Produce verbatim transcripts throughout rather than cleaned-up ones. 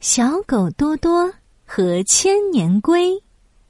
小狗多多和千年龟。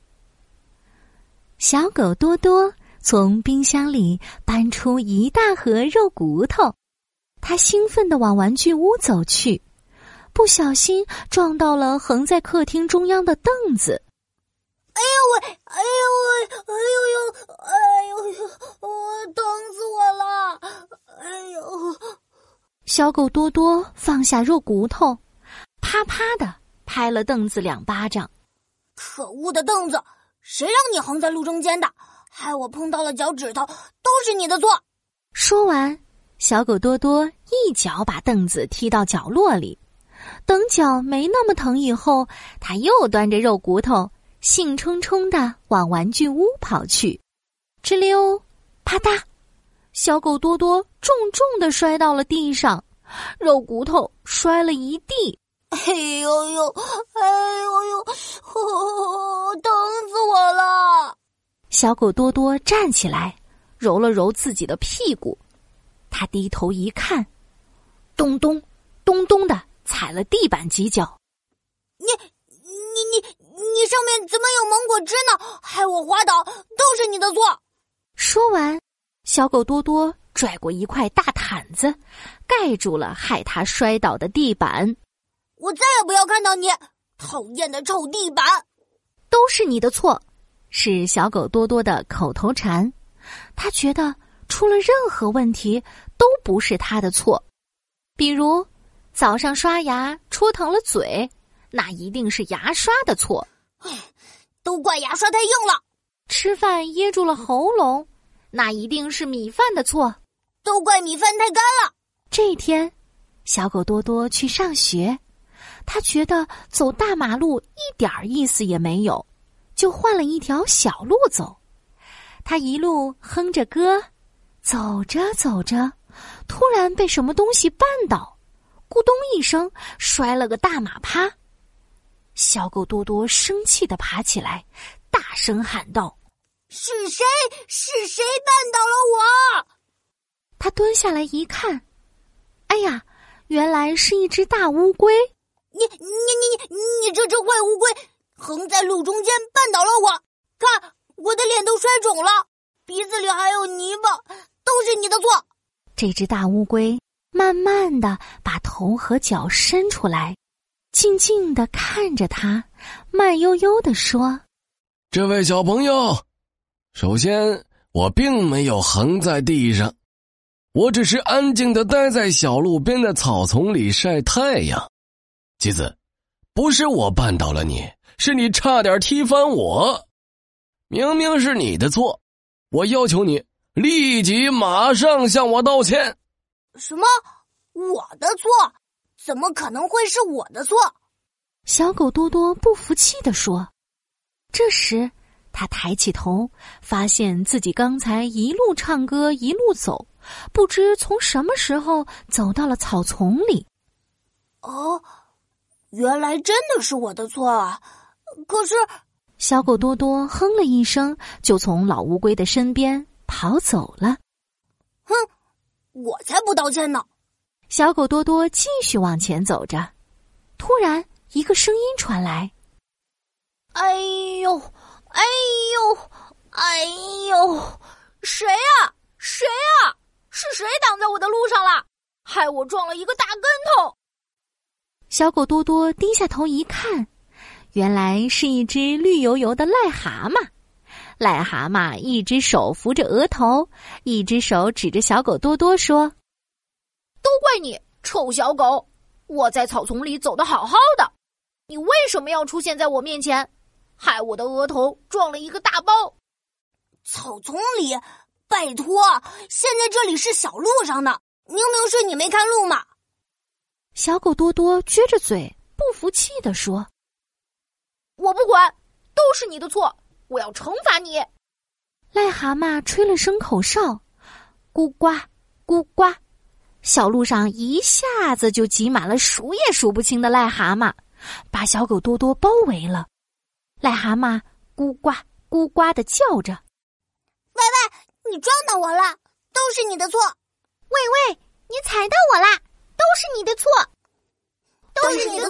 小狗多多从冰箱里搬出一大盒肉骨头，它兴奋地往玩具屋走去，不小心撞到了横在客厅中央的凳子。 哎呦喂！哎呦喂！哎呦呦！哎呦呦！我疼死我了！哎呦！ 小狗多多放下肉骨头，啪啪地拍了凳子两巴掌。 可恶的凳子，谁让你横在路中间的，害我碰到了脚趾头，都是你的错。 说完，小狗多多一脚把凳子踢到角落里。等脚没那么疼以后，他又端着肉骨头兴冲冲地往玩具屋跑去。吱溜，啪嗒，小狗多多重重地摔到了地上，肉骨头摔了一地。 哎呦呦，哎呦呦，哦，疼死我了！ 小狗多多站起来，揉了揉自己的屁股。他低头一看，咚咚咚咚的踩了地板几脚。 你你你你上面怎么有芒果汁呢？害我滑倒，都是你的错。 说完，小狗多多拽过一块大毯子，盖住了害他摔倒的地板。 我再也不要看到你，讨厌的臭地板！ 都是你的错，是小狗多多的口头禅。他觉得出了任何问题都不是他的错，比如早上刷牙戳疼了嘴，那一定是牙刷的错。 都怪牙刷太硬了。 吃饭噎住了喉咙，那一定是米饭的错。 都怪米饭太干了。 这一天，小狗多多去上学，他觉得走大马路一点意思也没有，就换了一条小路走。他一路哼着歌，走着走着，突然被什么东西绊倒，咕咚一声摔了个大马趴。小狗多多生气地爬起来，大声喊道： 是谁？是谁绊倒了我？ 他蹲下来一看，哎呀，原来是一只大乌龟。 你你你你你这只坏乌龟，横在路中间绊倒了我，看我的脸都摔肿了，鼻子里还有泥巴，都是你的错。 这只大乌龟慢慢地把头和脚伸出来，静静地看着他，慢悠悠地说： 这位小朋友，首先我并没有横在地上，我只是安静地待在小路边的草丛里晒太阳。其次，不是我绊倒了你，是你差点踢翻我。明明是你的错，我要求你立即马上向我道歉。 什么？我的错？怎么可能会是我的错？ 小狗多多不服气地说。这时他抬起头，发现自己刚才一路唱歌一路走，不知从什么时候走到了草丛里。 哦，原来真的是我的错啊！可是， 小狗多多哼了一声，就从老乌龟的身边跑走了。 哼，我才不道歉呢！ 小狗多多继续往前走着，突然一个声音传来： 哎呦，哎呦，哎呦，谁啊？谁啊？是谁挡在我的路上了？害我撞了一个大跟头！ 小狗多多低下头一看，原来是一只绿油油的癞蛤蟆。癞蛤蟆一只手扶着额头，一只手指着小狗多多说： 都怪你，臭小狗！我在草丛里走得好好的，你为什么要出现在我面前，害我的额头撞了一个大包？ 草丛里？拜托，现在这里是小路上呢，明明是你没看路嘛！ 小狗多多撅着嘴，不服气地说： 我不管，都是你的错，我要惩罚你！ 癞蛤蟆吹了声口哨，咕呱咕呱，小路上一下子就挤满了数也数不清的癞蛤蟆，把小狗多多包围了。癞蛤蟆咕呱咕呱地叫着： 喂喂，你撞到我了，都是你的错！ 喂喂，你踩到我啦，都是你的错！ 都是你的错，都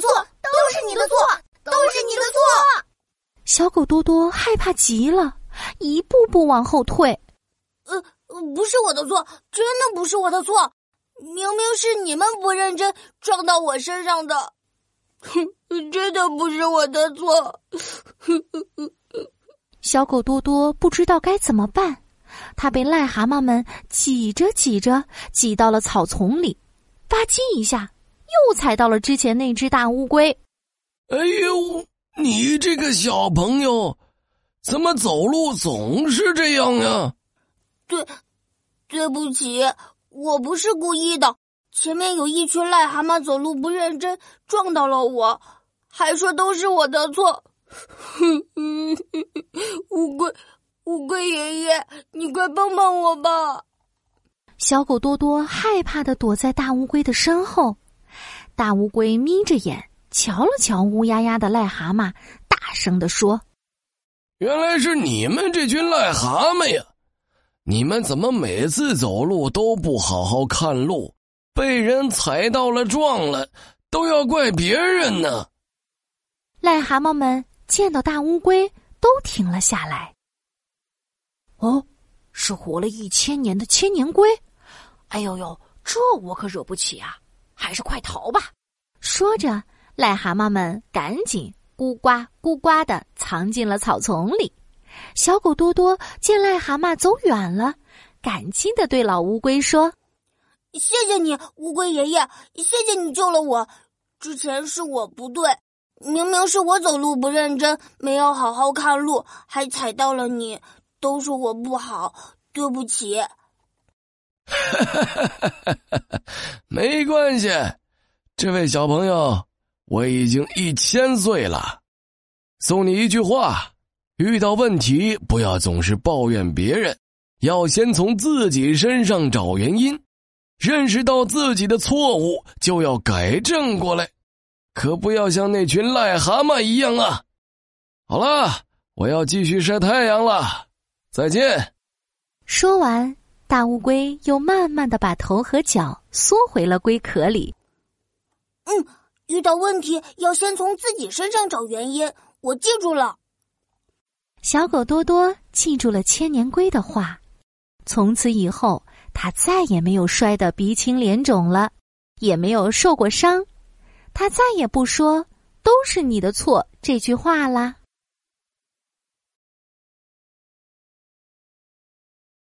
都是你的错，都是你的错。 小狗多多害怕极了，一步步往后退。 呃，不是我的错，真的不是我的错，明明是你们不认真撞到我身上的，真的不是我的错。 小狗多多不知道该怎么办，它被癞蛤蟆们挤着挤着挤到了草丛里，吧唧一下又踩到了之前那只大乌龟。 哎呦，你这个小朋友怎么走路总是这样呀？ 对对不起，我不是故意的，前面有一群癞蛤蟆走路不认真撞到了我，还说都是我的错。乌龟乌龟爷爷，你快帮帮我吧。 小狗多多害怕地躲在大乌龟的身后，大乌龟眯着眼瞧了瞧乌压压的癞蛤蟆，大声地说： 原来是你们这群癞蛤蟆呀！你们怎么每次走路都不好好看路，被人踩到了撞了，都要怪别人呢？ 癞蛤蟆们见到大乌龟都停了下来。 哦，是活了一千年的千年龟？哎呦呦，这我可惹不起啊，还是快逃吧。 说着，癞蛤蟆们赶紧咕呱咕呱地藏进了草丛里。小狗多多见癞蛤蟆走远了，感激地对老乌龟说： 谢谢你，乌龟爷爷，谢谢你救了我。之前是我不对，明明是我走路不认真，没有好好看路，还踩到了你，都是我不好，对不起。 没关系，这位小朋友，我已经一千岁了。送你一句话，遇到问题不要总是抱怨别人，要先从自己身上找原因，认识到自己的错误就要改正过来，可不要像那群癞蛤蟆一样啊。好了，我要继续晒太阳了，再见。 说完，大乌龟又慢慢地把头和脚缩回了龟壳里。 嗯，遇到问题要先从自己身上找原因，我记住了。 小狗多多记住了千年龟的话，从此以后，它再也没有摔得鼻青脸肿了，也没有受过伤。它再也不说“都是你的错”这句话啦。